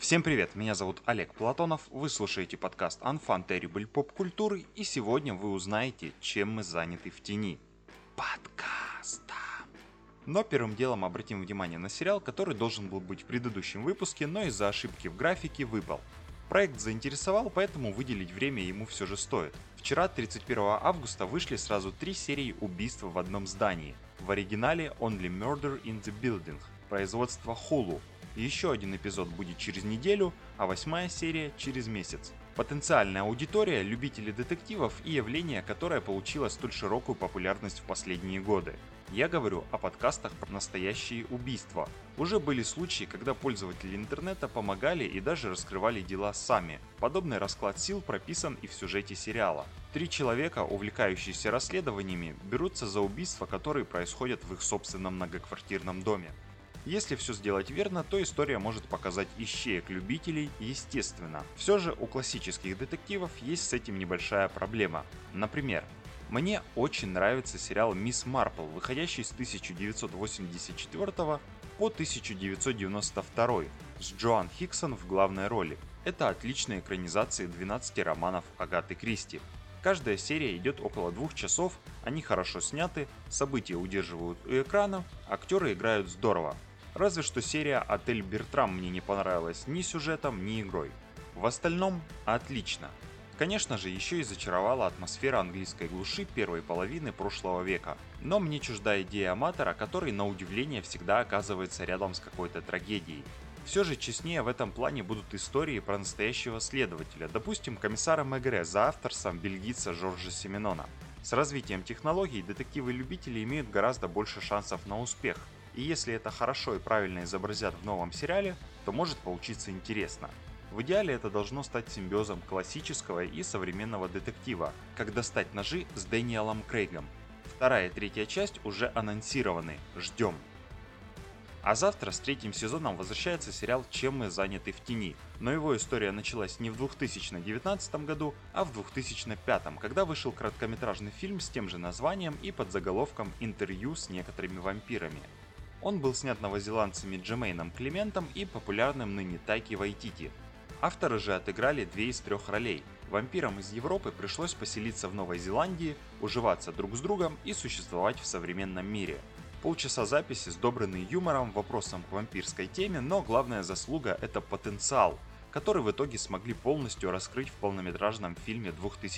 Всем привет, меня зовут Олег Платонов, вы слушаете подкаст Unfun Terrible Pop Культуры, и сегодня вы узнаете, чем мы заняты в тени. Подкаста. Но первым делом обратим внимание на сериал, который должен был быть в предыдущем выпуске, но из-за ошибки в графике выпал. Проект заинтересовал, поэтому выделить время ему все же стоит. Вчера, 31 августа, вышли сразу 3 серии убийств в одном здании. В оригинале Only Murder in the Building, производство Hulu. Еще один эпизод будет через неделю, а 8-я серия через месяц. Потенциальная аудитория – любители детективов и явление, которое получило столь широкую популярность в последние годы. Я говорю о подкастах про настоящие убийства. Уже были случаи, когда пользователи интернета помогали и даже раскрывали дела сами. Подобный расклад сил прописан и в сюжете сериала. 3 человека, увлекающиеся расследованиями, берутся за убийства, которые происходят в их собственном многоквартирном доме. Если все сделать верно, то история может показать ищеек любителей, естественно. Все же у классических детективов есть с этим небольшая проблема. Например, мне очень нравится сериал «Мисс Марпл», выходящий с 1984 по 1992 с Джоан Хиксон в главной роли. Это отличная экранизация 12 романов Агаты Кристи. Каждая серия идет около 2 часов, они хорошо сняты, события удерживают у экрана, актеры играют здорово. Разве что серия «Отель Бертрам» мне не понравилась ни сюжетом, ни игрой. В остальном отлично. Конечно же, еще и зачаровала атмосфера английской глуши первой половины прошлого века. Но мне чужда идея аматора, который на удивление всегда оказывается рядом с какой-то трагедией. Все же честнее в этом плане будут истории про настоящего следователя, допустим, комиссара Мегре за авторством бельгийца Жоржа Сименона. С развитием технологий детективы-любители имеют гораздо больше шансов на успех. И если это хорошо и правильно изобразят в новом сериале, то может получиться интересно. В идеале это должно стать симбиозом классического и современного детектива, как «Достать ножи» с Дэниелом Крейгом. 2-я и 3-я часть уже анонсированы, ждем. А завтра с 3-м сезоном возвращается сериал «Чем мы заняты в тени», но его история началась не в 2019 году, а в 2005, когда вышел короткометражный фильм с тем же названием и под заголовком «Интервью с некоторыми вампирами». Он был снят новозеландцами Джемейном Клементом и популярным ныне Тайки Вайтити. Авторы же отыграли 2 из 3 ролей. Вампирам из Европы пришлось поселиться в Новой Зеландии, уживаться друг с другом и существовать в современном мире. Полчаса записи сдобрены юмором, вопросом к вампирской теме, но главная заслуга – это потенциал, который в итоге смогли полностью раскрыть в полнометражном фильме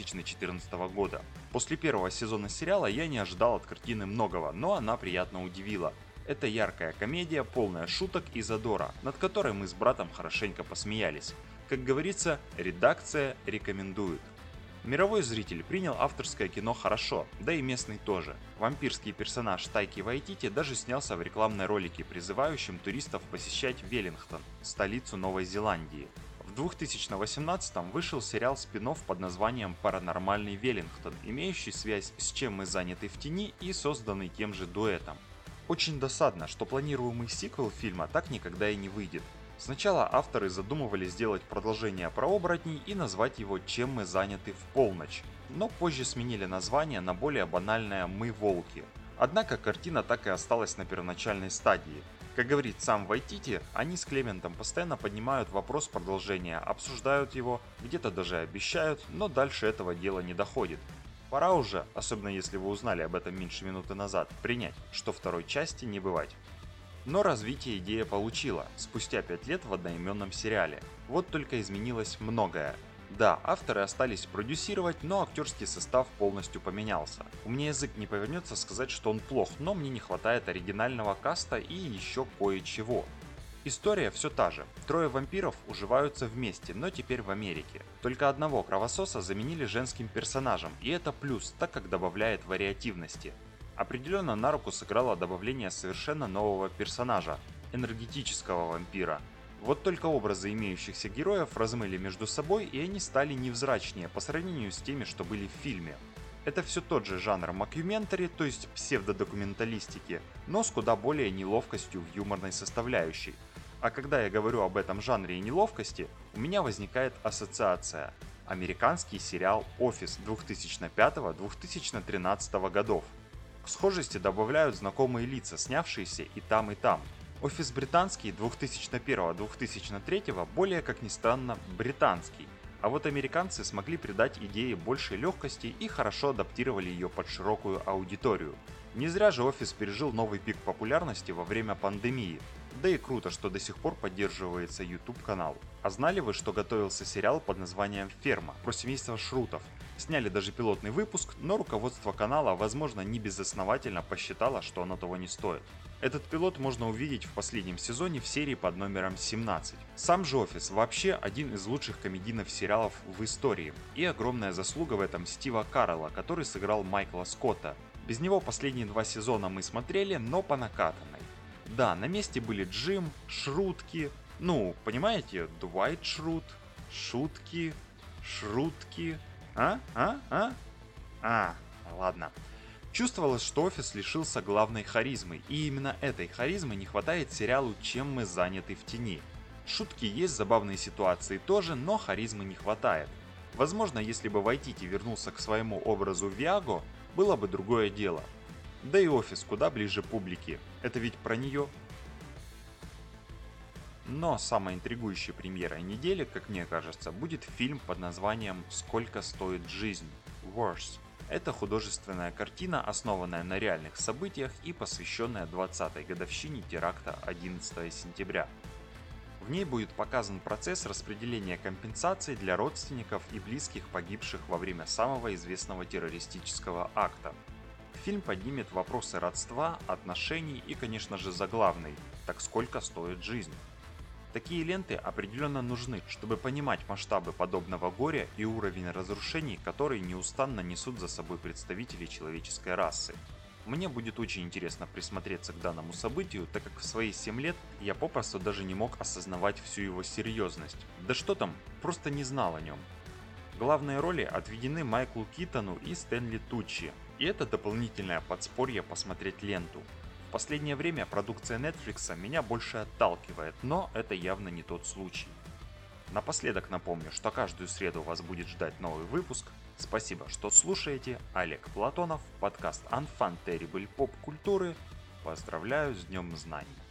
2014 года. После первого сезона сериала я не ожидал от картины многого, но она приятно удивила. Это яркая комедия, полная шуток и задора, над которой мы с братом хорошенько посмеялись. Как говорится, редакция рекомендует. Мировой зритель принял авторское кино хорошо, да и местный тоже. Вампирский персонаж Тайки Вайтити даже снялся в рекламной ролике, призывающем туристов посещать Веллингтон, столицу Новой Зеландии. В 2018-м вышел сериал спин-офф под названием «Паранормальный Веллингтон», имеющий связь с «Чем мы заняты в тени» и созданный тем же дуэтом. Очень досадно, что планируемый сиквел фильма так никогда и не выйдет. Сначала авторы задумывали сделать продолжение про оборотней и назвать его «Чем мы заняты в полночь», но позже сменили название на более банальное «Мы волки». Однако картина так и осталась на первоначальной стадии. Как говорит сам Вайтити, они с Клементом постоянно поднимают вопрос продолжения, обсуждают его, где-то даже обещают, но дальше этого дела не доходит. Пора уже, особенно если вы узнали об этом меньше минуты назад, принять, что второй части не бывать. Но развитие идея получила, спустя 5 лет в одноименном сериале. Вот только изменилось многое. Да, авторы остались продюсировать, но актерский состав полностью поменялся. У меня язык не повернется сказать, что он плох, но мне не хватает оригинального каста и еще кое-чего. История все та же. 3 вампиров уживаются вместе, но теперь в Америке. Только одного кровососа заменили женским персонажем, и это плюс, так как добавляет вариативности. Определенно на руку сыграло добавление совершенно нового персонажа – энергетического вампира. Вот только образы имеющихся героев размыли между собой, и они стали невзрачнее по сравнению с теми, что были в фильме. Это все тот же жанр мокюментари, то есть псевдодокументалистики, но с куда более неловкостью в юморной составляющей. А когда я говорю об этом жанре и неловкости, у меня возникает ассоциация – американский сериал «Офис» 2005-2013 годов. К схожести добавляют знакомые лица, снявшиеся и там, и там. Офис британский 2001-2003 более, как ни странно, британский. А вот американцы смогли придать идее большей легкости и хорошо адаптировали ее под широкую аудиторию. Не зря же офис пережил новый пик популярности во время пандемии. Да и круто, что до сих пор поддерживается YouTube канал. А знали вы, что готовился сериал под названием «Ферма» про семейство Шрутов? Сняли даже пилотный выпуск, но руководство канала, возможно, не безосновательно посчитало, что оно того не стоит. Этот пилот можно увидеть в последнем сезоне в серии под номером 17. Сам же «Офис» вообще один из лучших комедийных сериалов в истории. И огромная заслуга в этом Стива Карелла, который сыграл Майкла Скотта. Без него последние 2 сезона мы смотрели, но по накатанной. Да, на месте были Джим, Шрутки, понимаете, Дуайт Шрут, Шутки, Шрутки. Ладно. Чувствовалось, что «Офис» лишился главной харизмы, и именно этой харизмы не хватает сериалу «Чем мы заняты в тени». Шутки есть, забавные ситуации тоже, но харизмы не хватает. Возможно, если бы Вайтити вернулся к своему образу Виаго, было бы другое дело. Да и «Офис» куда ближе публике, это ведь про нее. Но самой интригующей премьерой недели, как мне кажется, будет фильм под названием «Сколько стоит жизнь?» Worth. Это художественная картина, основанная на реальных событиях и посвященная 20-й годовщине теракта 11 сентября. В ней будет показан процесс распределения компенсаций для родственников и близких погибших во время самого известного террористического акта. Фильм поднимет вопросы родства, отношений и, конечно же, заглавный «Так сколько стоит жизнь?». Такие ленты определенно нужны, чтобы понимать масштабы подобного горя и уровень разрушений, которые неустанно несут за собой представители человеческой расы. Мне будет очень интересно присмотреться к данному событию, так как в свои 7 лет я попросту даже не мог осознавать всю его серьезность. Да что там, просто не знал о нем. Главные роли отведены Майклу Китону и Стэнли Туччи, и это дополнительное подспорье посмотреть ленту. В последнее время продукция Netflix меня больше отталкивает, но это явно не тот случай. Напоследок напомню, что каждую среду вас будет ждать новый выпуск. Спасибо, что слушаете. Олег Платонов, подкаст Unfun Terrible Pop Культуры. Поздравляю с Днем Знаний.